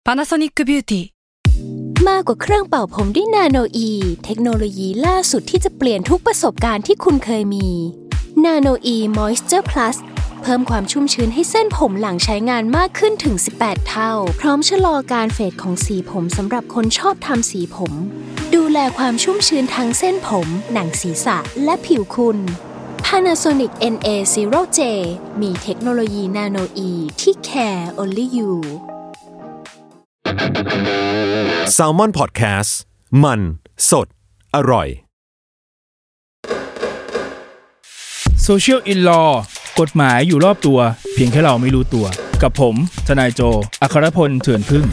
Panasonic Beauty มากกว่าเครื่องเป่าผมด้วยนาโนอีเทคโนโลยีล่าสุดที่จะเปลี่ยนทุกประสบการณ์ที่คุณเคยมีนาโนอีมอยส์เจอร์พลัสเพิ่มความชุ่มชื้นให้เส้นผมหลังใช้งานมากขึ้นถึง18เท่าพร้อมชะลอการเฟดของสีผมสำหรับคนชอบทำสีผมดูแลความชุ่มชื้นทั้งเส้นผมหนังศีรษะและผิวคุณ Panasonic NA0J มีเทคโนโลยีนาโนอีที่ care only you Salmon Podcast มันสดอร่อย Social in Law กฎหมายอยู่รอบตัวเพียงแค่เราไม่รู้ตัวกับผมทนายโจอัครพลเถื่อนพึ่ง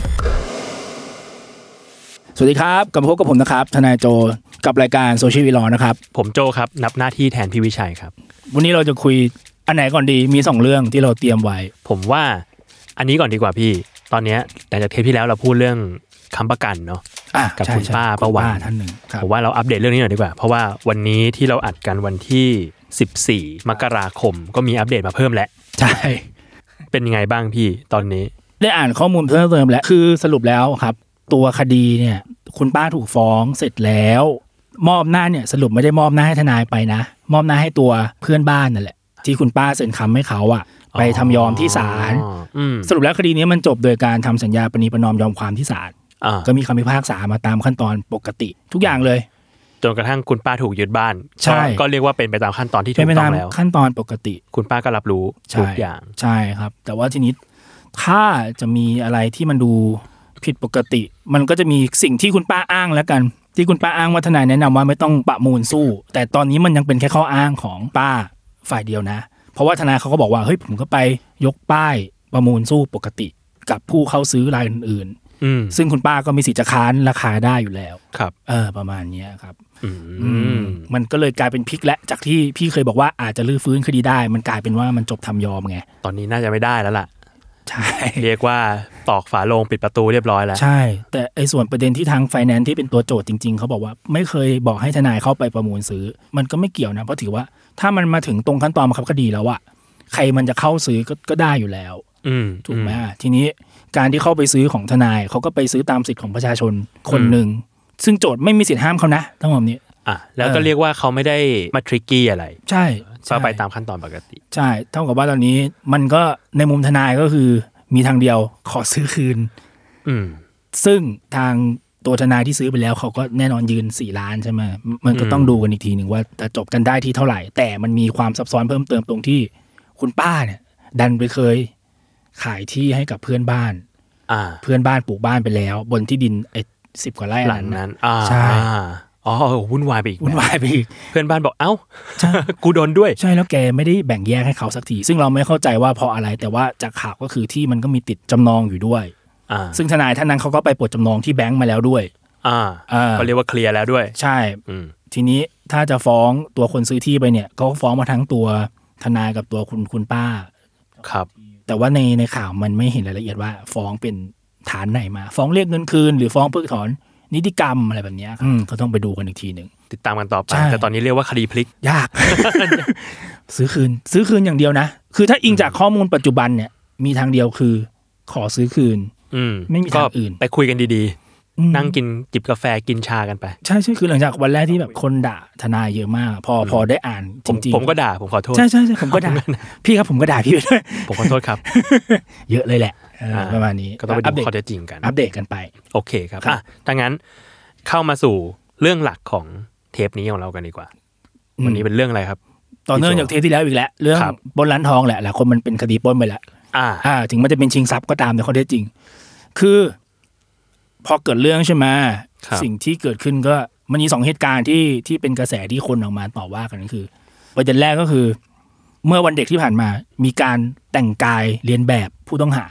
สวัสดีครับกลับมาพบกับผมนะครับทนายโจกับรายการ Social in Law นะครับผมโจครับนับหน้าที่แทนพี่วิชัยครับวันนี้เราจะคุยอันไหนก่อนดีมี2เรื่องที่เราเตรียมไว้ผมว่าอันนี้ก่อนดีกว่าพี่ตอนนี้หลังจากเทปที่แล้วเราพูดเรื่องค้ำประกันเนาะกับคุณป้าประวันท่านหนึ่งผมว่าเราอัปเดตเรื่องนี้หน่อยดีกว่าเพราะว่าวันนี้ที่เราอัดกันวันที่14มกราคมก็มีอัปเดตมาเพิ่มแล้วใช่เป็นยังไงบ้างพี่ตอนนี้ได้อ่านข้อมูลเพิ่มเติมแล้วคือสรุปแล้วครับตัวคดีเนี่ยคุณป้าถูกฟ้องเสร็จแล้วมอบหน้าเนี่ยสรุปไม่ได้มอบหน้าให้ทนายไปนะมอบหน้าให้ตัวเพื่อนบ้านนั่นแหละที่คุณป้าเซ็นคำให้เขาอะไปทำยอมที่ศาลสรุปแล้วคดีนี้มันจบโดยการทำสัญญาปณีประนอมยอมความที่ศาลก็มีคำพิพากษามาตามขั้นตอนปกติทุกอย่างเลยจนกระทั่งคุณป้าถูกยึดบ้านก็เรียกว่าเป็นไปตามขั้นตอนที่ถูกต้องแล้วขั้นตอนปกติคุณป้าก็รับรู้ทุกอย่างใช่ครับแต่ว่าทีนี้ถ้าจะมีอะไรที่มันดูผิดปกติมันก็จะมีสิ่งที่คุณป้าอ้างแล้วกันที่คุณป้าอ้างว่าทนายแนะนำว่าไม่ต้องประมูลสู้แต่ตอนนี้มันยังเป็นแค่ข้ออ้างของป้าฝ่ายเดียวนะเพราะว่าทนายเขาก็บอกว่าเฮ้ยผมก็ไปยกป้ายประมูลสู้ปกติกับผู้เข้าซื้อรายอื่นๆซึ่งคุณป้าก็มีสิทธิ์จะค้านราคาได้อยู่แล้วครับประมาณนี้ครับมันก็เลยกลายเป็นพลิกและจากที่พี่เคยบอกว่าอาจจะลื้อฟื้นคดีได้มันกลายเป็นว่ามันจบทำยอมไงตอนนี้น่าจะไม่ได้แล้วล่ะใช่เรียกว่าตอกฝาโลงปิดประตูเรียบร้อยแล้วใช่แต่ไอ้ส่วนประเด็นที่ทางไฟแนนซ์ที่เป็นตัวโจทย์จริงๆเขาบอกว่าไม่เคยบอกให้ทนายเข้าไปประมูลซื้อมันก็ไม่เกี่ยวนะเพราะถือว่าถ้ามันมาถึงตรงขั้นตอนบังคับคดีแล้วอะใครมันจะเข้าซื้อก็ได้อยู่แล้วถูกไหมทีนี้การที่เข้าไปซื้อของทนายเขาก็ไปซื้อตามสิทธิ์ของประชาชนคนหนึ่งซึ่งโจทย์ไม่มีสิทธิ์ห้ามเขานะทั้งหมดนี้แล้วก็เรียกว่าเขาไม่ได้มาทริกกี้อะไรใช่ก็ไปตามขั้นตอนปกติใช่เท่ากับว่าตอนนี้มันก็ในมุมทนายก็คือมีทางเดียวขอซื้อคืนซึ่งทางตัวทนายที่ซื้อไปแล้วเขาก็แน่นอนยืน4 ล้านใช่ไหมมันก็ต้องดูกันอีกทีหนึ่งว่าจะจบกันได้ที่เท่าไหร่แต่มันมีความซับซ้อนเพิ่มเติมตรงที่คุณป้าเนี่ยดันไปเคยขายที่ให้กับเพื่อนบ้านเพื่อนบ้านปลูกบ้านไปแล้วบนที่ดิน10 กว่าไร่นั้นใช่วุ่นวายไปอีกเพื่อนบ้านบอกเอ้า กูโดนด้วยใช่แล้วแกไม่ได้แบ่งแยกให้เขาสักทีซึ่งเราไม่เข้าใจว่าเพราะอะไรแต่ว่าจากข่าวก็คือที่มันก็มีติดจำนองอยู่ด้วยซึ่งทนายท่านนั้นเขาก็ไปปลดจำนองที่แบงก์มาแล้วด้วยเขาเรียกว่าเคลียร์แล้วด้วยใช่ทีนี้ถ้าจะฟ้องตัวคนซื้อที่ไปเนี่ยก็ฟ้องมาทั้งตัวทนายกับตัวคุณป้าครับแต่ว่าในข่าวมันไม่เห็นรายละเอียดว่าฟ้องเป็นฐานไหนมาฟ้องเรียกเงินคืนหรือฟ้องเพิกถอนนิติกรรมอะไรแบบนี้ก็ต้องไปดูกันอีกทีนึงติดตามกันต่อไปแต่ตอนนี้เรียกว่าคดีพลิกยาก ซื้อคืนอย่างเดียวนะคือถ้าอิงจากข้อมูลปัจจุบันเนี่ยมีทางเดียวคือขอซื้อคืนไม่มีทางอื่นไปคุยกันดีๆนั่งกินจิบกาแฟกินชากันไปใช่คือหลังจากวันแรกที่แบบคนด่าทนายเยอะมากพอได้อ่านจริงๆผมก็ด่าผมขอโทษใช่ผมก็ด่าพี่ครับผมก็ด่าพี่ไปด้วยผมขอโทษครับเยอะเลยแหละประมาณนี้ก็ต้องไปดูข้อเท็จจริงกันอัปเดตกันไปโอเคครับถ้างั้นเข้ามาสู่เรื่องหลักของเทปนี้ของเรากันดีกว่าวันนี้เป็นเรื่องอะไรครับต่อเนื่องจากเทปที่แล้วอีกแล้วเรื่องปล้นร้านทองแหละหลายคนมันเป็นคดีปล้นไปแล้วถึงมันจะเป็นชิงทรัพย์ก็ตามในข้อเท็จจริงคือพอเกิดเรื่องใช่ไหมสิ่งที่เกิดขึ้นก็มันมี2เหตุการณ์ที่เป็นกระแสที่คนออกมาต่อว่ากันก็คือประเด็นแรกก็คือเมื่อวันเด็กที่ผ่านมามีการแต่งกายเลียนแบบผู้ต้องหา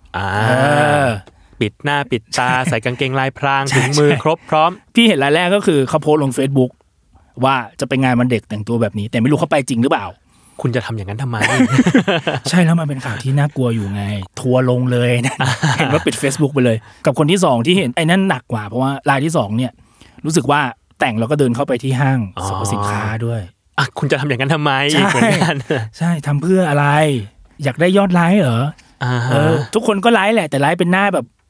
ปิดหน้าปิดตาใส่กางเกงลายพรางถึงมือครบพร้อมพี่เห็นรายแรกก็คือเขาโพสต์ลง Facebook ว่าจะไปงานวันเด็กแต่งตัวแบบนี้แต่ไม่รู้เขาไปจริงหรือเปล่าคุณจะทำอย่างนั้นทำไมใช่แล้วมันเป็นข่าวที่น่ากลัวอยู่ไงทัวร์ลงเลยนะ เห็นว่าปิด Facebook ไปเลยกับคนที่2ที่เห็นไอ้นั่นหนักกว่าเพราะว่ารายที่2เนี่ยรู้สึกว่าแต่งแล้วก็เดินเข้าไปที่ห้างสรรพสินค้าด้วยคุณจะทำอย่างนั้นทำไมเหมือนกันใช่ทำเพื่ออะไรอยากได้ยอดไลค์เหรอทุกคนก็ไลค์แหละแต่ไลค์เป็นหน้าแบบ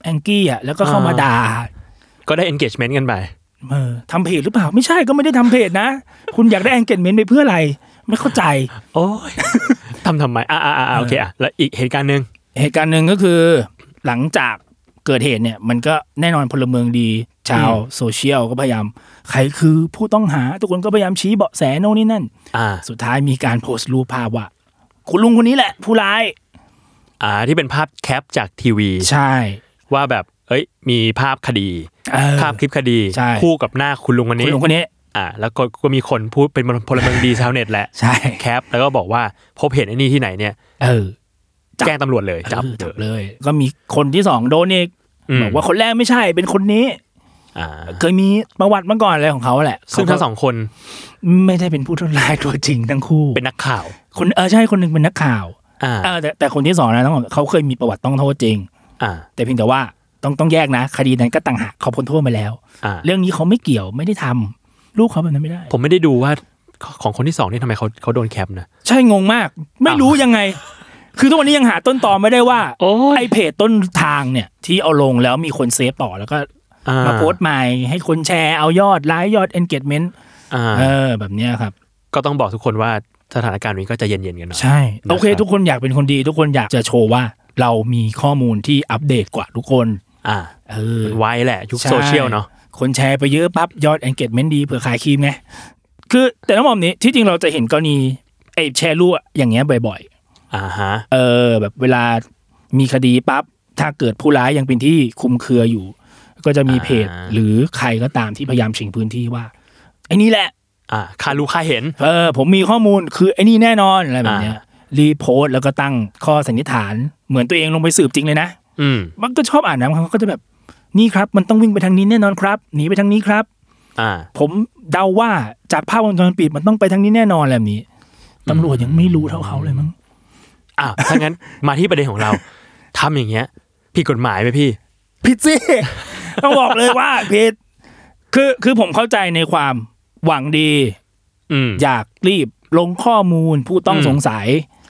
แองกี้อ่ะแล้วก็เข้ามาด่าก็ได้ engagement กันไปทำเพจหรือเปล่าไม่ใช่ก็ไม่ได้ทำเพจนะคุณอยากได้ engagement ไปเพื่ออะไรไม่เข้าใจโอ้ยทำไมโอเคแล้วอีกเหตุการณ์นึงก็คือหลังจากเกิดเหตุเนี่ยมันก็แน่นอนพลเมืองดีชาวโซเชียลก็พยายามใครคือผู้ต้องหาทุกคนก็พยายามชี้เบาะแสโน่นนี่นั่นสุดท้ายมีการโพสต์รูปภาพว่าคุณลุงคนนี้แหละผู้ร้ายที่เป็นภาพแคปจากทีวีใช่ว่าแบบมีภาพคดีภาพคลิปคดีคู่กับหน้าคุณลุงคนนี้แล้วก็มีคนพูดเป็นพลเมืองดีชาวเน็ตแหละแคปแล้วก็บอกว่าพบเห็นไอ้นี่ที่ไหนเนี่ยแจ้งตำรวจเลยจับเลยก็มีคนที่2โดนอีกบอกว่าคนแรกไม่ใช่เป็นคนนี้เคยมีประวัติมาก่อนอะไรของเขาแหละซึ่งทั้ง2คนไม่ได้เป็นผู้ทำร้ายตัวจริงทั้งคู่เป็นนักข่าวคนใช่คนนึงเป็นนักข่าวแต่คนที่2นะต้องเขาเคยมีประวัติต้องโทษจริงแต่เพียงแต่ว่าต้องแยกนะคดีนั้นก็ต่างหากเขาพ้นโทษมาแล้วเรื่องนี้เขาไม่เกี่ยวไม่ได้ทำลูกเขาแบบนั้นไม่ได้ผมไม่ได้ดูว่าของคนที่2นี่ทำไมเขาโดนแคปนะใช่งงมากไม่รู้ยังไงคือทุกวันนี้ยังหาต้นตอไม่ได้ว่าไอ้เพจต้นทางเนี่ยที่เอาลงแล้วมีคนเซฟต่อแล้วก็มาโพสต์ใหม่ให้คนแชร์เอายอดไลค์ยอด engagement แบบนี้ครับก็ต้องบอกทุกคนว่าสถานการณ์นี้ก็จะเย็นๆกันหน่อยใช่โอเคทุกคนอยากเป็นคนดีทุกคนอยากจะโชว์ว่าเรามีข้อมูลที่อัปเดตกว่าทุกคนไวแหละยุคโซเชียลเนาะคนแชร์ไปเยอะปั๊บยอด engagement ดีเผื่อขายครีมไงคือแต่ทั้งหมดนี้ที่จริงเราจะเห็นกรณีไอ้แชร์รูปอย่างเงี้ยบ่อยแบบเวลามีคดีปั๊บถ้าเกิดผู้ร้ายยังเป็นที่คุมเครืออยู่ก็จะมีเพจหรือใครก็ตามที่พยายามชิงพื้นที่ว่าไอ้นี่แหละค่ารู้ค่าเห็นผมมีข้อมูลคือไอ้นี่แน่นอนอะไรแบบเนี้ยรีโพสต์แล้วก็ตั้งข้อสันนิษฐานเหมือนตัวเองลงไปสืบจริงเลยนะมันก็ชอบอ่านนะเขาก็จะแบบนี่ครับมันต้องวิ่งไปทางนี้แน่นอนครับหนีไปทางนี้ครับผมเดาว่าจากภาพวงจรปิดมันต้องไปทางนี้แน่นอนแบบนี้ตำรวจยังไม่รู้เท่าเขาเลยมั้งถ้างั้นมาที่ประเด็นของเราทำอย่างเงี้ยผิดกฎหมายไหมพี่ผิดสิต้องบอกเลยว่าผิดคือผมเข้าใจในความหวังดีอยากรีบลงข้อมูลผู้ต้องสงสัย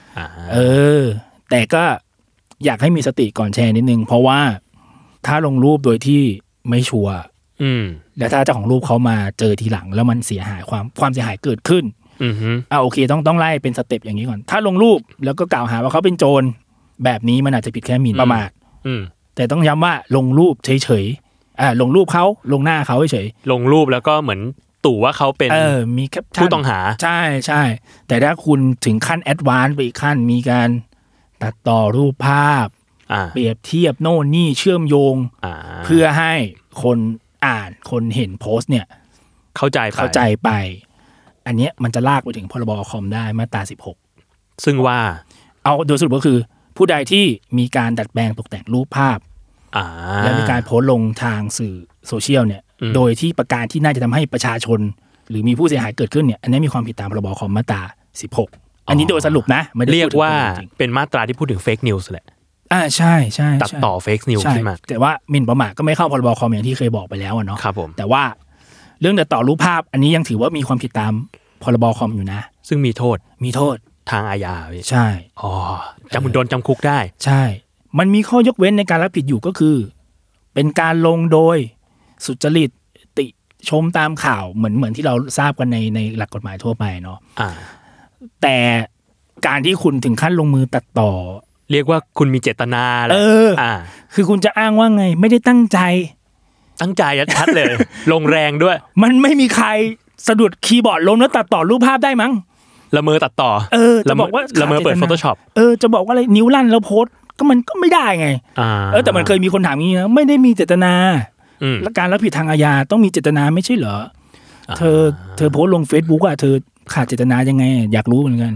แต่ก็อยากให้มีสติก่อนแชร์นิดนึงเพราะว่าถ้าลงรูปโดยที่ไม่ชัวร์แล้วถ้าเจ้าของรูปเขามาเจอทีหลังแล้วมันเสียหายความเสียหายเกิดขึ้นโอเคต้องไล่เป็นสเต็ปอย่างนี้ก่อนถ้าลงรูปแล้วก็กล่าวหาว่าเขาเป็นโจรแบบนี้มันอาจจะผิดแค่หมิ่นประมาทแต่ต้องย้ำว่าลงรูปเฉยๆลงรูปเขาลงหน้าเขาเฉยๆลงรูปแล้วก็เหมือนตู่ว่าเขาเป็นมีแคปชั่นผู้ต้องหาใช่แต่ถ้าคุณถึงขั้นแอดวานซ์ไปอีกขั้นมีการตัดต่อรูปภาพเปรียบเทียบโน่นนี่เชื่อมโยงเพื่อให้คนอ่านคนเห็นโพสต์เนี่ยเข้าใจไปอันนี้มันจะลากไปถึงพรบคอมได้มาตรา16 ซึ่งว่าเอาโดยสรุปก็คือผู้ใดที่มีการดัดแปลงตกแต่งรูปภาพและมีการโพสต์ลงทางสื่อโซเชียลเนี่ยโดยที่ประการที่น่าจะทำให้ประชาชนหรือมีผู้เสียหายเกิดขึ้นเนี่ยอันนี้มีความผิดตามพรบคอมมาตรา16อันนี้โดยสรุปนะไม่ได้เรียกว่าเป็นมาตราที่พูดถึงเฟกนิวส์แหละใช่ตัดต่อเฟกนิวส์ขึ้นมาแต่ว่าหมิ่นประมาทก็ไม่เข้าพรบคอมอย่างที่เคยบอกไปแล้วเนาะครับผมแต่ว่าเรื่องตัดต่อรูปภาพอันนี้ยังถือว่ามีความผิดตามพรบคอมอยู่นะซึ่งมีโทษทางอาญาใช่โดนจำคุกได้ใช่มันมีข้อยกเว้นในการรับผิดอยู่ก็คือเป็นการลงโดยสุจริตติชมตามข่าวเหมือนที่เราทราบกันในหลักกฎหมายทั่วไปเนาะแต่การที่คุณถึงขั้นลงมือตัดต่อเรียกว่าคุณมีเจตนาคือคุณจะอ้างว่าไงไม่ได้ตั้งใจชัดเลย ลงแรงด้วยมันไม่มีใครสะดุดคีย์บอร์ดล้มแล้วตัดต่อรูปภาพได้มั้งละเมอตัดต่อจะบอกว่าละเมอเปิด Photoshop จะบอกว่าอะไรนิ้วลั่นแล้วโพสก็มันก็ไม่ได้ไงแต่มันเคยมีคนถามงี้นะไม่ได้มีเจตนาและการรับผิดทางอาญาต้องมีเจตนาไม่ใช่เหรอเธอโพสลง Facebook เธอขาดเจตนายังไงอยากรู้เหมือนกัน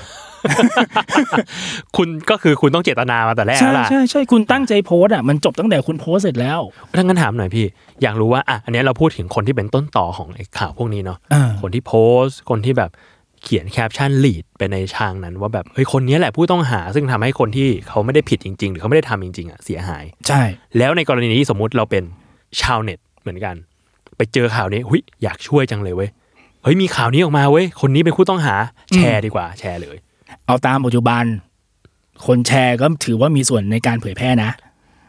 คุณก็คือคุณต้องเจตนามาแต่แรกแล้วล่ะใช่คุณตั้งใจโพสมันจบตั้งแต่คุณโพสเสร็จแล้วถ้างั้นถามหน่อยพี่อยากรู้ว่าอันนี้เราพูดถึงคนที่เป็นต้นต่อของไอ้ข่าวพวกนี้เนาะคนที่โพสคนที่แบบเขียนแคปชั่นลีดไปในทางนั้นว่าแบบเฮ้ยคนนี้แหละผู้ต้องหาซึ่งทำให้คนที่เขาไม่ได้ผิดจริงๆหรือเขาไม่ได้ทำจริงๆเสียหายใช่แล้วในกรณีนี้สมมุติเราเป็นชาวเน็ตเหมือนกันไปเจอข่าวนี้อยากช่วยจังเลยเว้ยเฮ้ยมีข่าวนี้ออกมาเว้ยคนนี้เป็นผู้ต้องหาแชร์ดีกว่าแชร์เลยเอาตามปัจจุบันคนแชร์ก็ถือว่ามีส่วนในการเผยแพร่นะ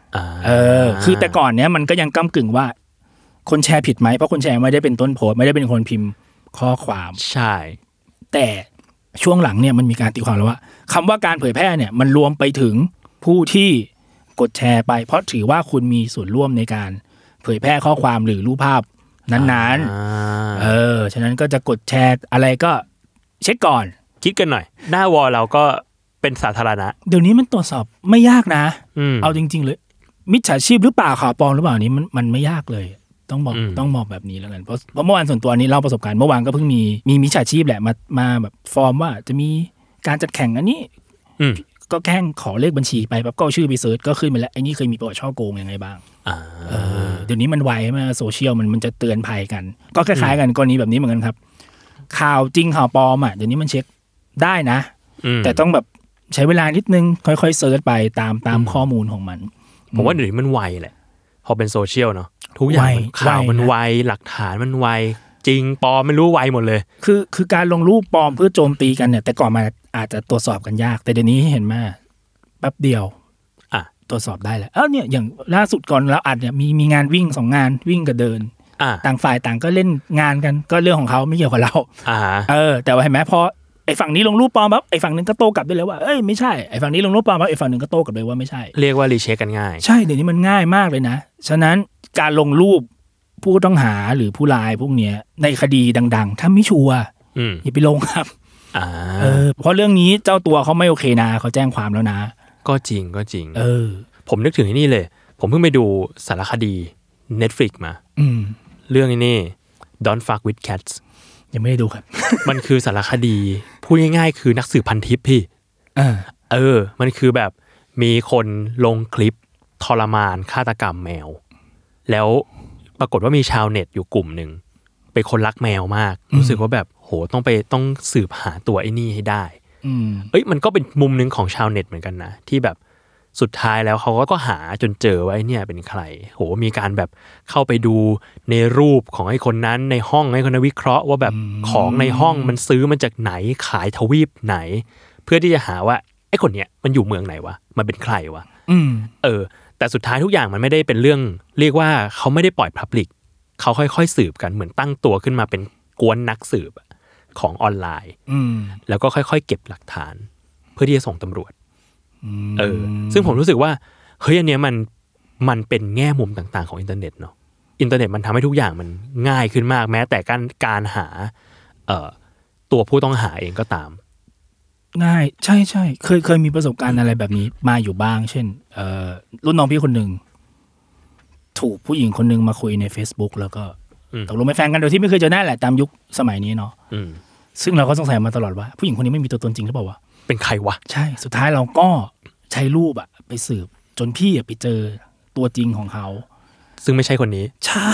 คือแต่ก่อนเนี้ยมันก็ยังก้ำกึ่งว่าคนแชร์ผิดไหมเพราะคนแชร์ไม่ได้เป็นต้นโพสต์ไม่ได้เป็นคนพิมพ์ข้อความใช่แต่ช่วงหลังเนี่ยมันมีการตีความแล้วว่าคำว่าการเผยแพร่เนี่ยมันรวมไปถึงผู้ที่กดแชร์ไปเพราะถือว่าคุณมีส่วนร่วมในการเผยแพร่ข้อความหรือรูปภาพนั้นๆฉะนั้นก็จะกดแชร์อะไรก็เช็คก่อนคิดกันหน่อยหน้าวอลเราก็เป็นสาธารณะเดี๋ยวนี้มันตรวจสอบไม่ยากนะเอาจริงๆเลยมิจฉาชีพหรือเปล่าข่าวปลอมหรือเปล่านี้มันไม่ยากเลยต้องบอกแบบนี้แล้วกันเพราะเมื่อวานส่วนตัวนี้เล่าประสบการณ์เมื่อวานก็เพิ่งมีมิจฉาชีพแหละมาแบบฟอร์มว่าจะมีการจัดแข่งอันนี้ก็แค่ขอเลขบัญชีไปปั๊บก็เอาชื่อไปเซิร์ชก็ขึ้นมาแล้วไอ้นี่เคยมีประวัติช่อโกงยังไงบ้างเดี๋ยวนี้มันไวมากโซเชียลมันจะเตือนภัยกันก็คล้ายๆกันกรณีแบบนี้เหมือนกันครับข่าวจริงข่าวปลอมเดี๋ยวนี้มันเช็คได้นะแต่ต้องแบบใช้เวลานิดนึงค่อยๆเซิร์ชไปตามข้อมูลของมันผมว่าเดี๋ยวนี้มันไวแหละพอเป็นโซเชียลเนาะทุกอย่างข่าวมันไวหลักฐานมันไวจริงปลอมไม่รู้ไวหมดเลยคือการลงรูปปลอมเพื่อโจมตีกันเนี่ยแต่ก่อนมาอาจจะตรวจสอบกันยากแต่เดี๋ยวนี้เห็นไหมแป๊บเดียวตรวจสอบได้แล้วเนี่ยอย่างล่าสุดก่อนแล้วอัดเนี่ยมีงานวิ่ง2งานวิ่งกับเดินต่างฝ่ายต่างก็เล่นงานกันก็เรื่องของเขาไม่เกี่ยวกับเราแต่ว่าเห็นไหมพอไอ้ฝั่งนี้ลงรูปปลอมปั๊บไอ้ฝั่งนึงก็โต้กลับได้เลยว่าเอ้ยไม่ใช่ไอ้ฝั่งนี้ลงรูปปลอมปั๊บไอ้ฝั่งนึงก็โต้กลับเลยว่าไม่ใช่เรียกว่ารีเช็คกันง่ายใช่เดี๋ยวนี้มันง่ายมากเลยนะฉะนั้นการลงรูปผู้ต้องหาหรือผู้ร้ายพวกเนี้ยในคดีดังๆถ้าไม่ชัวร์อย่าไปลงครับเพราะเรื่องนี้เจ้าตัวเขาไม่โอเคนะเขาแจ้งความแล้วนะก็จริงผมนึกถึงไอ้นี่เลยผมเพิ่งไปดูสารคดี Netflix มาเรื่องนี้ Don't Fuck with Cats ยังไม่ได้ดูครับมันคือสารคดีพูดง่ายๆคือนักสืบพันทิปพี่มันคือแบบมีคนลงคลิปทรมานฆาตกรรมแมวแล้วปรากฏว่ามีชาวเน็ตอยู่กลุ่มหนึ่งเป็นคนรักแมวมากรู้สึกว่าแบบโหต้องสืบหาตัวไอ้นี่ให้ได้มันก็เป็นมุมนึงของชาวเน็ตเหมือนกันนะที่แบบสุดท้ายแล้วเขาก็หาจนเจอว่าไอ้เนี่ยเป็นใครโหมีการแบบเข้าไปดูในรูปของไอ้คนนั้นในห้องให้คนนั้นวิเคราะห์ว่าแบบของในห้องมันซื้อมาจากไหนขายทวีปไหนเพื่อที่จะหาว่าไอ้คนเนี้ยมันอยู่เมืองไหนวะมันเป็นใครวะแต่สุดท้ายทุกอย่างมันไม่ได้เป็นเรื่องเรียกว่าเขาไม่ได้ปล่อยพับลิกเขาค่อยๆสืบกันเหมือนตั้งตัวขึ้นมาเป็นกวนนักสืบของออนไลน์แล้วก็ค่อยๆเก็บหลักฐานเพื่อที่จะส่งตำรวจซึ่งผมรู้สึกว่าเฮ้ยอันเนี้ยมันเป็นแง่มุมต่างๆของอินเทอร์เน็ตเนาะอินเทอร์เน็ตมันทำให้ทุกอย่างมันง่ายขึ้นมากแม้แต่การหาตัวผู้ต้องหาเองก็ตามง่ายใช่ๆเคยมีประสบการณ์อะไรแบบนี้มาอยู่บ้างเช่นรุ่นน้องพี่คนนึงถูกผู้หญิงคนนึงมาคุยใน Facebook แล้วก็ตกลงเป็นแฟนกันโดยที่ไม่เคยเจอหน้าแหละตามยุคสมัยนี้เนาะซึ่งเราก็สงสัยมาตลอดว่าผู้หญิงคนนี้ไม่มีตัวตนจริงหรือเปล่าวะเป็นใครวะใช่สุดท้ายเราก็ใช้รูปไปสืบจนพี่ไปเจอตัวจริงของเขาซึ่งไม่ใช่คนนี้ใช่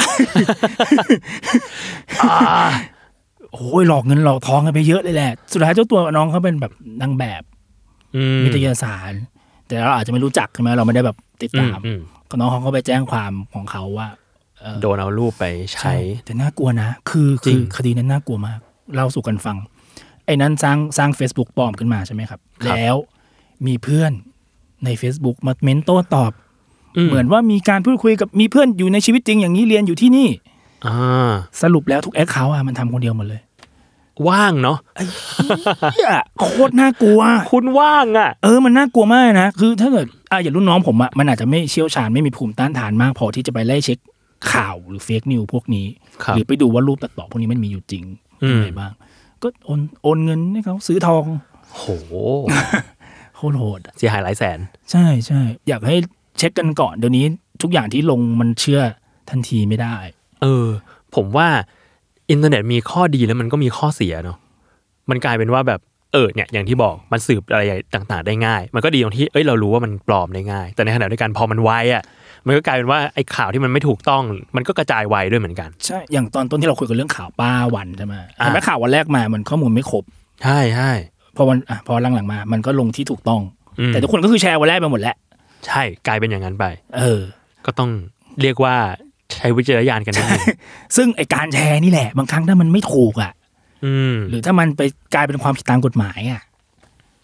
โอ้ยหลอกเงินหลอกทองกันไปเยอะเลยแหละสุดท้ายเจ้าตัวน้องเขาเป็นแบบนางแบบนิตยสารแต่เราอาจจะไม่รู้จักใช่ไหมเราไม่ได้แบบติดตามน้องเขาก็ไปแจ้งความของเขาว่าโดนเอารูปไปใช้แต่น่ากลัวนะคือคดีนั้นน่ากลัวมากเล่าสู่กันฟังไอ้นั้นสร้าง Facebook ปลอมขึ้นมาใช่ไหมครับแล้วมีเพื่อนใน Facebook มาเมนโต้ตอบเหมือนว่ามีการพูดคุยกับมีเพื่อนอยู่ในชีวิตจริงอย่างนี้เรียนอยู่ที่นี่สรุปแล้วทุกแอคเคาท์มันทำคนเดียวหมดเลยว่างเนาะโคตรน่ากลัวคุณว่างมันน่ากลัวมากนะคือถ้าเกิดอย่างรุ่นน้องผมมันอาจจะไม่เชี่ยวชาญไม่มีภูมิต้านทานมากพอที่จะไปไล่เช็คข่าวหรือเฟกนิวพวกนี้หรือไปดูว่ารูปตัดต่อพวกนี้มันมีอยู่จริงยังไงบ้างก็โอนเงินให้เขาซื้อทองโหโคตรโหดเสียหายหลายแสนใช่อยากให้เช็คกันก่อนเดี๋ยวนี้ทุกอย่างที่ลงมันเชื่อทันทีไม่ได้ผมว่าอินเทอร์เน็ตมีข้อดีแล้วมันก็มีข้อเสียเนาะมันกลายเป็นว่าแบบเนี่ยอย่างที่บอกมันสืบอะไรต่างๆได้ง่ายมันก็ดีตรงที่เรารู้ว่ามันปลอมได้ง่ายแต่ในขณะเดียวกันพอมันไวมันก็กลายเป็นว่าไอ้ข่าวที่มันไม่ถูกต้องมันก็กระจายไวด้วยเหมือนกันใช่อย่างตอนต้นที่เราคุยกันเรื่องข่าวป้าวันใช่ไหมแต่แม้ข่าววันแรกมามันข้อมูลไม่ครบใช่พอหลังๆมามันก็ลงที่ถูกต้องแต่ทุกคนก็คือแชร์วันแรกไปหมดแล้วใช่กลายเป็นอย่างนั้นไปก็ต้องเรียกว่าใช้วิจารณญาณกันนิดนึงซึ่งไอการแชร์นี่แหละบางครั้งถ้ามันไม่ถูกหรือถ้ามันไปกลายเป็นความผิดตามกฎหมาย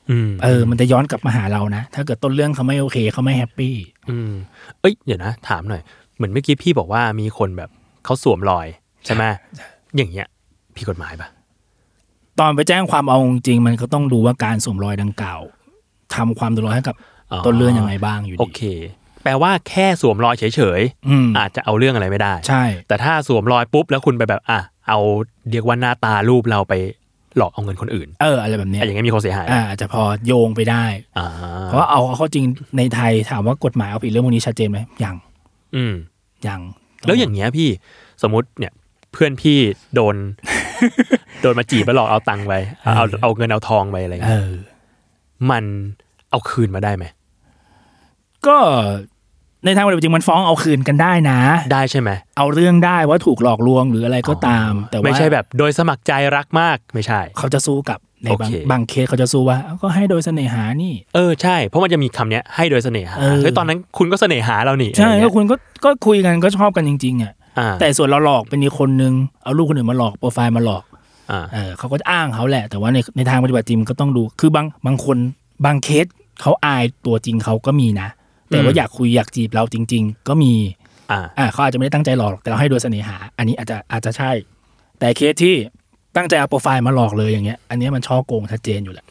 มันจะย้อนกลับมาหาเรานะถ้าเกิดต้นเรื่องเขาไม่โอเคเขาไม่แฮปปี้เดี๋ยวนะถามหน่อยเหมือนเมื่อกี้พี่บอกว่ามีคนแบบเขาสวมรอยใช่ไหมอย่างเงี้ยผิดกฎหมายปะตอนไปแจ้งความเอาจริงมันก็ต้องดูว่าการสวมรอยดังกล่าวทำความเดือดร้อนให้กับต้นเรื่องยังไงบ้างอยู่ดีโอเคแปลว่าแค่สวมรอยเฉยๆอาจจะเอาเรื่องอะไรไม่ได้ใช่แต่ถ้าสวมรอยปุ๊บแล้วคุณไปแบบเอาเรียกว่าหน้าตารูปเราไปหลอกเอาเงินคนอื่นอะไรแบบนี้อย่างเงี้ยมีคนเสียหายอาจจะพอโยงไปได้เพราะเอาเข้าจริงในไทยถามว่ากฎหมายเอาผิดเรื่องพวกนี้ชัดเจนไหมยังแล้วอย่างเงี้ยพี่สมมติเนี่ยเพื่อนพี่โดนมาจีบไปหลอกเอาตังค์ไปเอาเงินเอาทองไปอะไรเงี้ยมันเอาคืนมาได้ไหมก็ในทางปฏิบัติจริงมันฟ้องเอาคืนกันได้นะได้ใช่ไหมเอาเรื่องได้ว่าถูกหลอกลวงหรืออะไรก็ตามแต่ว่าไม่ใช่แบบโดยสมัครใจรักมากไม่ใช่เขาจะสู้กับในบางเคสเขาจะสู้ว่าก็ให้โดยเสน่หานี่ใช่เพราะมันจะมีคำเนี้ยให้โดยเสน่หาเฮ้ยตอนนั้นคุณก็เสน่หาเรานี่ใช่ก็คุณก็คุยกันก็ชอบกันจริงๆอ่ะแต่ส่วนเราหลอกเป็นอีกคนนึงเอารูปคนอื่นมาหลอกโปรไฟล์มาหลอกเขาก็อ้างเขาแหละแต่ว่าในทางปฏิบัติจริงก็ต้องดูคือบางคนบางเคสเขาอายตัวจริงเขาก็มีนะแต่ว่าอยากคุยอยากจีบเราจริงๆก็มีเขาอาจจะไม่ได้ตั้งใจหลอกแต่เราให้โดยเสน่หาอันนี้อาจจะใช่แต่เคสที่ตั้งใจเอาโปรไฟล์มาหลอกเลยอย่างเงี้ยอันนี้มันช่อโกงชัดเจนอยู่แหละ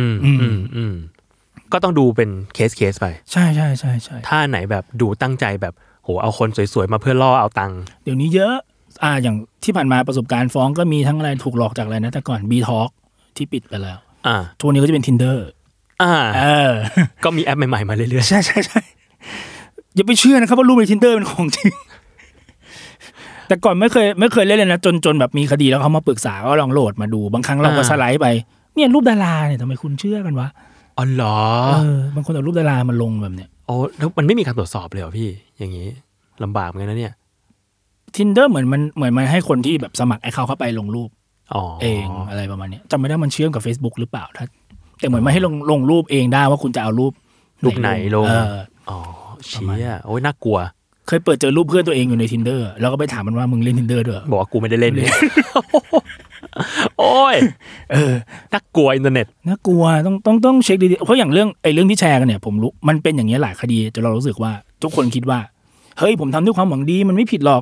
ก็ต้องดูเป็นเคสไปใช่ใช่ใช่ใช่ถ้าไหนแบบดูตั้งใจแบบโหเอาคนสวยๆมาเพื่อล่อเอาตังค์เดี๋ยวนี้เยอะอย่างที่ผ่านมาประสบการณ์ฟ้องก็มีทั้งอะไรถูกหลอกจากอะไรนะแต่ก่อน B-Talk ที่ปิดไปแล้วทุกนี้ก็จะเป็น Tinder ก็มีแอปใหม่ๆมาเรื่อยๆใช่ใช่ใช่อย่าไปเชื่อนะครับว่ารูปใน Tinder เป็นของจริงแต่ก่อนไม่เคยเล่นเลยนะจนแบบมีคดีแล้วเขามาปรึกษาก็ลองโหลดมาดูบางครั้งเราก็สไลด์ไปเนี่ยรูปดาราเนี่ยทำไมคุณเชื่อกันวะอ๋อเหรอบางคนเอารูปดารามาลงแบบเนี้ยโอ้แล้วมันไม่มีการตรวจสอบเลยเหรอพี่อย่างนี้ลำบากเหมือนกันนะเนี่ย Tinder เหมือนมันให้คนที่แบบสมัครไอ้เข้าไปลงรูปเองอะไรประมาณนี้จำไม่ได้มันเชื่อมกับ Facebook หรือเปล่าแต่เหมือนไม่ให้ลงรูปเองได้ว่าคุณจะเอารูปไหนลงเชี่ยโอ้ยน่ากลัวเคยเปิดเจอรูปเพื่อนตัวเองอยู่ใน Tinder แล้วก็ไปถามมันว่ามึงเล่น Tinder ด้วยบอกว่ากูไม่ได้เล่นเลยโอ้ยน่ากลัวอินเทอร์เน็ตน่ากลัวต้องเช็คดีๆเพราะอย่างเรื่องที่แชร์กันเนี่ยผมรู้มันเป็นอย่างนี้หลายคดีจนเรารู้สึกว่าทุกคนคิดว่าเฮ้ยผมทำด้วยความหวังดีมันไม่ผิดหรอก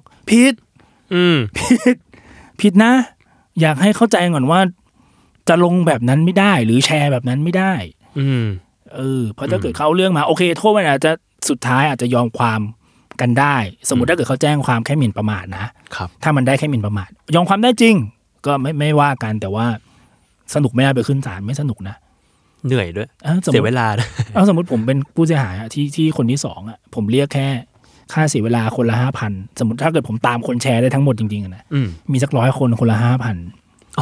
ผิดนะอยากให้เข้าใจก่อนว่าจะลงแบบนั้นไม่ได้หรือแชร์แบบนั้นไม่ได้เพราะถ้าเกิดเขาเรื่องมาโอเคโทษมันอาจจะสุดท้ายอาจจะยอมความกันได้สมมติถ้าเกิดเขาแจ้งความแค่หมิ่นประมาทนะครับถ้ามันได้แค่หมิ่นประมาทยอมความได้จริงก็ไม่ว่ากันแต่ว่าสนุกไม่ได้ไปขึ้นศาลไม่สนุกนะเหนื่อยด้วยเสียเวลาสมมติผมเป็นผู้เสียหายที่คนที่2ผมเรียกแค่ค่าเสียเวลาคนละ 5,000 สมมติถ้าเกิดผมตามคนแชร์ได้ทั้งหมดจริงๆนะมีสัก100 คนละ 5,000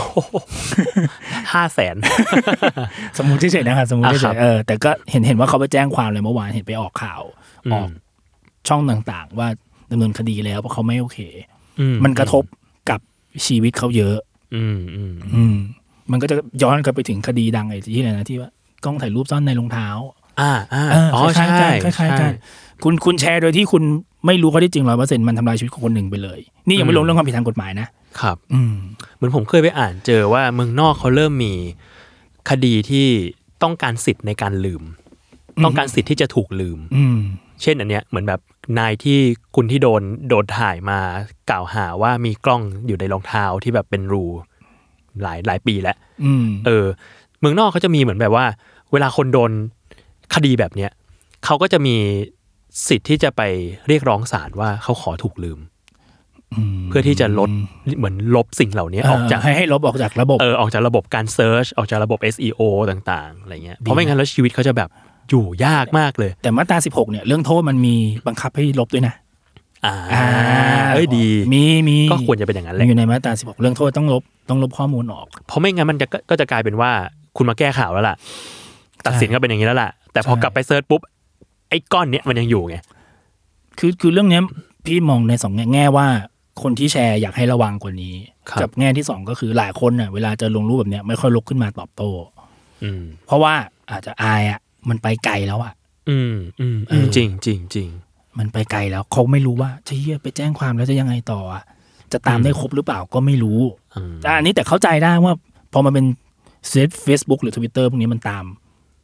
500,000 สมมุติเฉยๆนะครับสมมุติเฉยๆแต่ก็เห็นว่าเขาไปแจ้งความเลยเมื่อวานเห็นไปออกข่าวออกช่องต่างๆว่าดำเนินคดีแล้วเพราะเขาไม่โอเคมันกระทบกับชีวิตเขาเยอะมันก็จะย้อนกลับไปถึงคดีดังไอ้ที่อะไรนะที่ว่ากล้องถ่ายรูปซ่อนในรองเท้าใช่คล้ายๆกันคุณแชร์โดยที่คุณไม่รู้ข้อที่จริง 100% มันทำลายชีวิตของคนหนึ่งไปเลยนี่ยังไม่ลงเรื่องความผิดทางกฎหมายนะครับเหมือนผมเคยไปอ่านเจอว่าเมืองนอกเขาเริ่มมีคดีที่ต้องการสิทธิ์ในการลืมต้องการสิทธิ์ที่จะถูกลืมเช่นอันเนี้ยเหมือนแบบนายที่คุณที่โดนถ่ายมากล่าวหาว่ามีกล้องอยู่ในรองเท้าที่แบบเป็นรูหลายปีแล้วเมืองนอกเขาจะมีเหมือนแบบว่าเวลาคนโดนคดีแบบเนี้ยเขาก็จะมีสิทธิ์ที่จะไปเรียกร้องศาลว่าเขาขอถูกลืมเพื่อที่จะลดเหมือนลบสิ่งเหล่านี้ออกจากให้ลบออกจากระบบออกจากระบบการเซิร์ชออกจากระบบ SEO ต่างๆอะไรเงี้ยเพราะไม่งั้นแล้วชีวิตเขาจะแบบอยู่ยากมากเลยแต่มาตรา16เนี่ยเรื่องโทษมันมีบังคับให้ลบด้วยนะดีมีก็ควรจะเป็นอย่างนั้นแหละอยู่ในมาตรา16เรื่องโทษต้องลบข้อมูลออกเพราะไม่งั้นมันก็จะกลายเป็นว่าคุณมาแก้ข่าวแล้วล่ะตัดสินก็เป็นอย่างนี้แล้วล่ะแต่พอกลับไปเซิร์ชปุ๊บไอ้ก้อนเนี้ยมันยังอยู่ไงคือเรื่องนี้พี่มองใน2แง่ว่าคนที่แชร์อยากให้ระวังกว่านี้กับแง่ที่2ก็คือหลายคนน่ะเวลาจะลงรูปแบบเนี้ยไม่ค่อยลุกขึ้นมาตอบโต้เพราะว่าอาจจะอายมันไปไกลแล้วจริงมันไปไกลแล้วเขาไม่รู้ว่าจะไปแจ้งความแล้วจะยังไงต่อจะตามได้ครบหรือเปล่าก็ไม่รู้อันนี้แต่เข้าใจได้ว่าพอมันเป็นFacebook หรือ Twitter พวกนี้มันตาม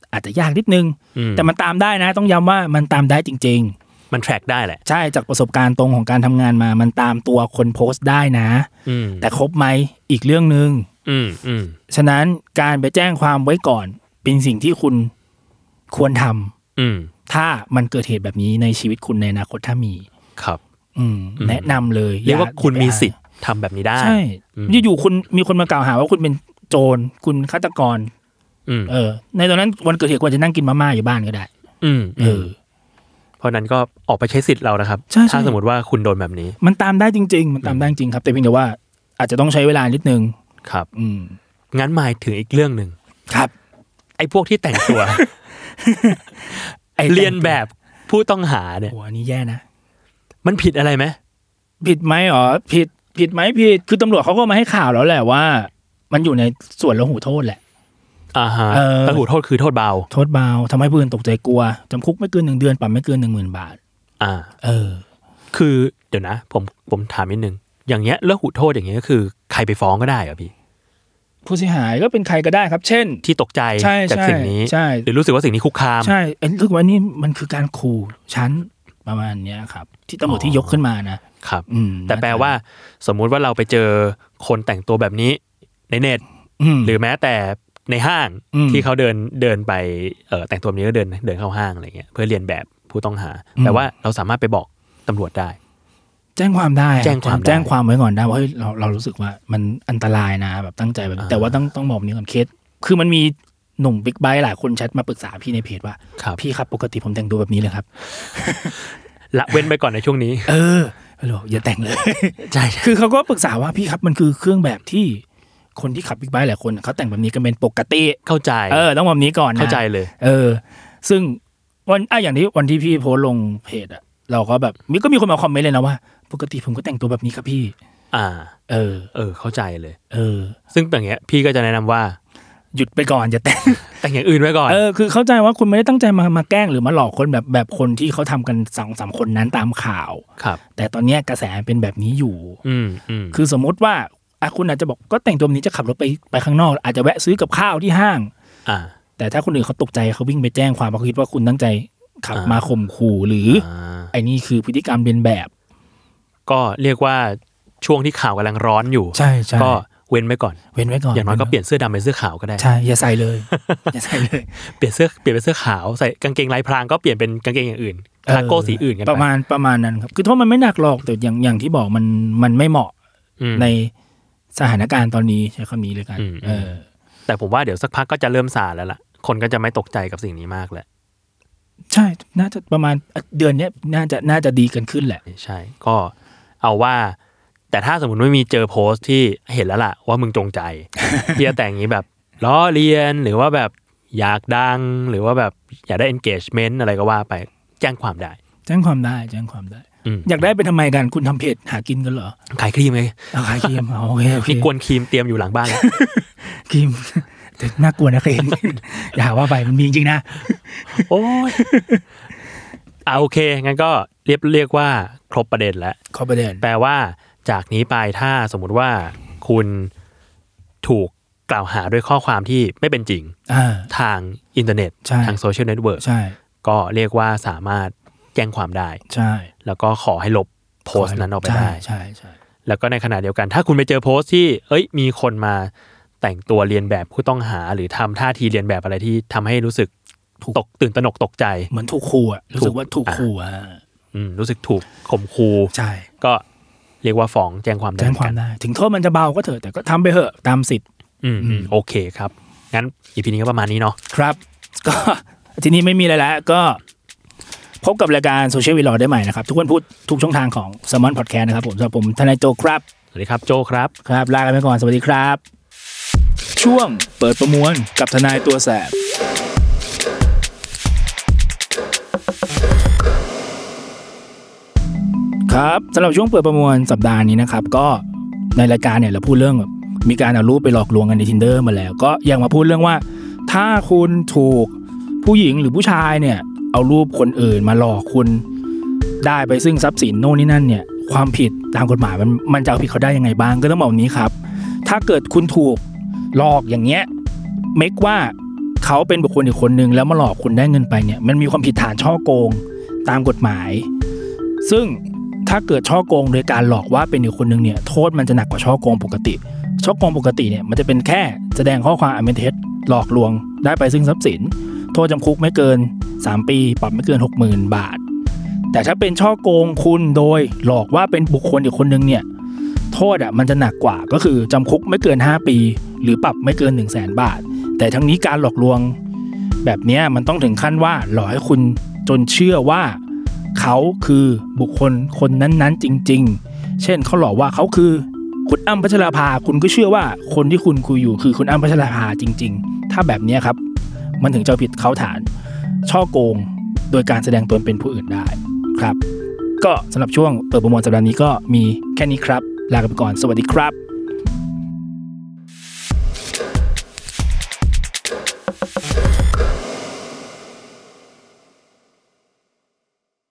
อาจจะยากนิดนึงแต่มันตามได้นะต้องย้ำว่ามันตามได้จริงๆมันแทร็กได้แหละใช่จากประสบการณ์ตรงของการทำงานมามันตามตัวคนโพสต์ได้นะแต่ครบไหมอีกเรื่องนึงฉะนั้นการไปแจ้งความไว้ก่อนเป็นสิ่งที่คุณควรทำถ้ามันเกิดเหตุแบบนี้ในชีวิตคุณในอนาคตถ้ามีครับแนะนำเลยเรียกว่าคุณมีสิทธิ์ทำแบบนี้ได้ใช่อยู่ๆคุณมีคนมากล่าวหาว่าคุณเป็นโจรคุณฆาตกรในตอนนั้นวันเกิดเหตุควรจะนั่งกินมาม่าอยู่บ้านก็ได้เพราะนั้นก็ออกไปใช้สิทธิ์เรานะครับถ้าสมมติว่าคุณโดนแบบนี้มันตามได้จริงๆมันตามได้จริงครับแต่เพียงแต่ว่าอาจจะต้องใช้เวลานิดนึงครับงั้นหมายถึงอีกเรื่องนึงครับไอ้พวกที่แต่งตัว เรียนแบบผู้ต้องหาเนี่ยโอ้อันนี้แย่นะมันผิดอะไรไหมผิดไหมอ๋อผิดไหมผิดคือตำรวจเขาก็มาให้ข่าวแล้วแหละว่ามันอยู่ในส่วนละหูโทษแหละฮะละหูโทษคือโทษเบาทำให้ผู้อื่นตกใจกลัวจำคุกไม่เกิน1 เดือนปรับไม่เกิน 10,000 บาทคือเดี๋ยวนะผมถามนิดนึงอย่างเงี้ยละหูโทษอย่างเงี้ยก็คือใครไปฟ้องก็ได้เหรอพี่ผู้เสียหายก็เป็นใครก็ได้ครับเช่นที่ตกใจจากสิ่งนี้หรือรู้สึกว่าสิ่งนี้คุกคามใช่รู้สึกว่านี่มันคือการขู่ชั้นประมาณเนี้ยครับที่ตำรวจที่ยกขึ้นมานะครับแต่แปลว่าสมมุติว่าเราไปเจอคนแต่งตัวแบบนี้ในเน็ตหรือแม้แต่ในห้างที่เขาเดินไปแต่งตัวนี้ก็เดินเข้าห้างอะไรเงี้ยเพื่อเรียนแบบผู้ต้องหาแต่ว่าเราสามารถไปบอกตำรวจได้แจ้งความได้แจ้งความไว้ก่อนได้ว่าเฮ้ยเรารู้สึกว่ามันอันตรายนะแบบตั้งใจแบบแต่ว่าต้องบอกนี้ก่อนเคสคือมันมีหนุ่มบิ๊กไบค์หลายคนแชทมาปรึกษาพี่ในเพจว่าพี่ครับปกติผมแต่งตัวแบบนี้เลยครับละเว้นไปก่อนในช่วงนี้อย่าแต่งเลยใช่คือเขาก็ปรึกษาว่าพี่ครับมันคือเครื่องแบบที่คนที่ขับบิ๊กไบค์หลายคนเขาแต่งแบบนี้กันเป็นปกติเข้าใจต้องแบบนี้ก่อนนะเข้าใจเลยซึ่งอย่างที่วันที่พี่โพสลงเพจเราก็แบบก็มีคนมาคอมเมนต์เลยนะว่าปกติผมก็แต่งตัวแบบนี้ครับพี่เข้าใจเลยซึ่งอย่างเงี้ยพี่ก็จะแนะนำว่าหยุดไปก่อนอย่าแต่งอย่างอื่นไว้ก่อนคือเข้าใจว่าคุณไม่ได้ตั้งใจมาแกล้งหรือมาหลอกคนแบบคนที่เขาทำกัน 2-3 คนนั้นตามข่าวครับแต่ตอนนี้กระแสเป็นแบบนี้อยู่คือสมมติว่าคุณอาจจะบอกก็แต่งตัวแบบนี้จะขับรถไปข้างนอกอาจจะแวะซื้อกับข้าวที่ห้างแต่ถ้าคนอื่นเขาตกใจเขาวิ่งไปแจ้งความเพราะคิดว่าคุณตั้งใจขับมาข่มขู่หรือไอ้นี่คือพฤติกรรมเลียนแบบก็เรียกว่าช่วงที่ข่าวกำลังร้อนอยู่ใช่ก็เว้นไว้ก่อนอย่างน้อยก็เปลี่ยนเสื้อดำเป็นเสื้อขาวก็ได้ใช่อย่าใส่เลยเปลี่ยนเป็นเสื้อขาวใส่กางเกงลายพรางก็เปลี่ยนเป็นกางเกงอย่างอื่นคาโก้สีอื่นกันประมาณนั้นครับคือถ้ามันไม่หนักหรอกแต่อย่างที่บอกมันไม่เหมาะในสถานการณ์ตอนนี้ใช้คำนี้เลยกันแต่ผมว่าเดี๋ยวสักพักก็จะเริ่มซาแล้วล่ะคนก็จะไม่ตกใจกับสิ่งนี้มากแหละใช่น่าจะประมาณเดือนนี้น่าจะดีกันขึ้นแหละใช่ก็เอาว่าแต่ถ้าสมมติไม่มีเจอโพสต์ที่เห็นแล้วล่ะว่ามึงจงใจที่จะแต่งนี้แบบล้อเลียนหรือว่าแบบอยากดังหรือว่าแบบอยากได้ engagement อะไรก็ว่าไปแจ้งความได้อยากได้ไปทำไมกันคุณทำเพจหากินกันเหรอขายครีมไงขายครีมโอเคพี่กวนครีมเตรียมอยู่หลังบ้านแล้วครีมแต่น่ากลัวนะเคยอย่าว่าไปมันมีจริงๆนะโอ้ยโอเคงั้นก็เรียกว่าครบประเด็นแล้วแปลว่าจากนี้ไปถ้าสมมุติว่าคุณถูกกล่าวหาด้วยข้อความที่ไม่เป็นจริงทางอินเทอร์เน็ตทางโซเชียลเน็ตเวิร์กก็เรียกว่าสามารถแจ้งความได้แล้วก็ขอให้ลบโพสต์นั้นออกไปได้แล้วก็ในขณะเดียวกันถ้าคุณไปเจอโพสต์ที่มีคนมาแต่งตัวเลียนแบบผู้ต้องหาหรือทำท่าทีเลียนแบบอะไรที่ทำให้รู้สึกตื่นตระหนกตกใจเหมือนถูกขู่รู้สึกว่าถูกขู่รู้สึกถูกข่มขู่ก็เรียกว่าฟ้องแจ้งความได้ถึงโทษมันจะเบาก็เถอะแต่ก็ทำไปเถอะตามสิทธิ์โอเคครับงั้นอีพีนี้ก็ประมาณนี้เนาะครับก็ทีนี้ไม่มีอะไรแล้วก็พบกับรายการโซเชียลวีลอได้ใหม่นะครับทุกวันพุธทุกช่องทางของ Salmon Podcast นะครับผมสำหรับผมทนายโจครับสวัสดีครับโจครับลากันไปก่อนสวัสดีครับช่วงเปิดประมวลกับทนายตัวแสบครับสำหรับช่วงเปิดประมวลสัปดาห์นี้นะครับก็ในรายการเนี่ยเราพูดเรื่องแบบมีการเอารูปไปหลอกลวงกันใน Tinder มาแล้วก็ยังมาพูดเรื่องว่าถ้าคุณถูกผู้หญิงหรือผู้ชายเนี่ยเอารูปคนอื่นมาหลอกคุณได้ไปซึ่งทรัพย์สินโน่นนี่นั่นเนี่ยความผิดตามกฎหมายมันจะเอาผิดเขาได้ยังไงบ้างก็ต้องบอกนี้ครับถ้าเกิดคุณถูกหลอกอย่างเงี้ยเมคว่าเขาเป็นบุคคลอีกคนนึงแล้วมาหลอกคุณได้เงินไปเนี่ยมันมีความผิดฐานฉ้อโกงตามกฎหมายซึ่งถ้าเกิดฉ้อโกงโดยการหลอกว่าเป็นอีกคนนึงเนี่ยโทษมันจะหนักกว่าฉ้อโกงปกติฉ้อโกงปกติเนี่ยมันจะเป็นแค่แสดงข้อความอันเป็นเท็จหลอกลวงได้ไปซึ่งทรัพย์สินโทษจำคุกไม่เกิน3ปีปรับไม่เกิน 60,000 บาทแต่ถ้าเป็นฉ้อโกงคุณโดยหลอกว่าเป็นบุคคลอีกคนนึงเนี่ยโทษมันจะหนักกว่าก็คือจำคุกไม่เกิน5ปีหรือปรับไม่เกิน 100,000 บาทแต่ทั้งนี้การหลอกลวงแบบนี้มันต้องถึงขั้นว่าหลอกให้คุณจนเชื่อว่าเขาคือบุคคลคนนั้นๆจริงๆเช่นเขาหลอกว่าเขาคือคุณอ้ำพัชราภาคุณก็เชื่อว่าคนที่คุณคุยอยู่คือคุณอ้ำพัชราภาจริงๆถ้าแบบนี้ครับมันถึงจะผิดเข้าฐานฉ้อโกงโดยการแสดงตนเป็นผู้อื่นได้ครับก็สำหรับช่วงเปิดประมวลสัปดาห์นี้ก็มีแค่นี้ครับลาไปก่อนสวัสดีครับ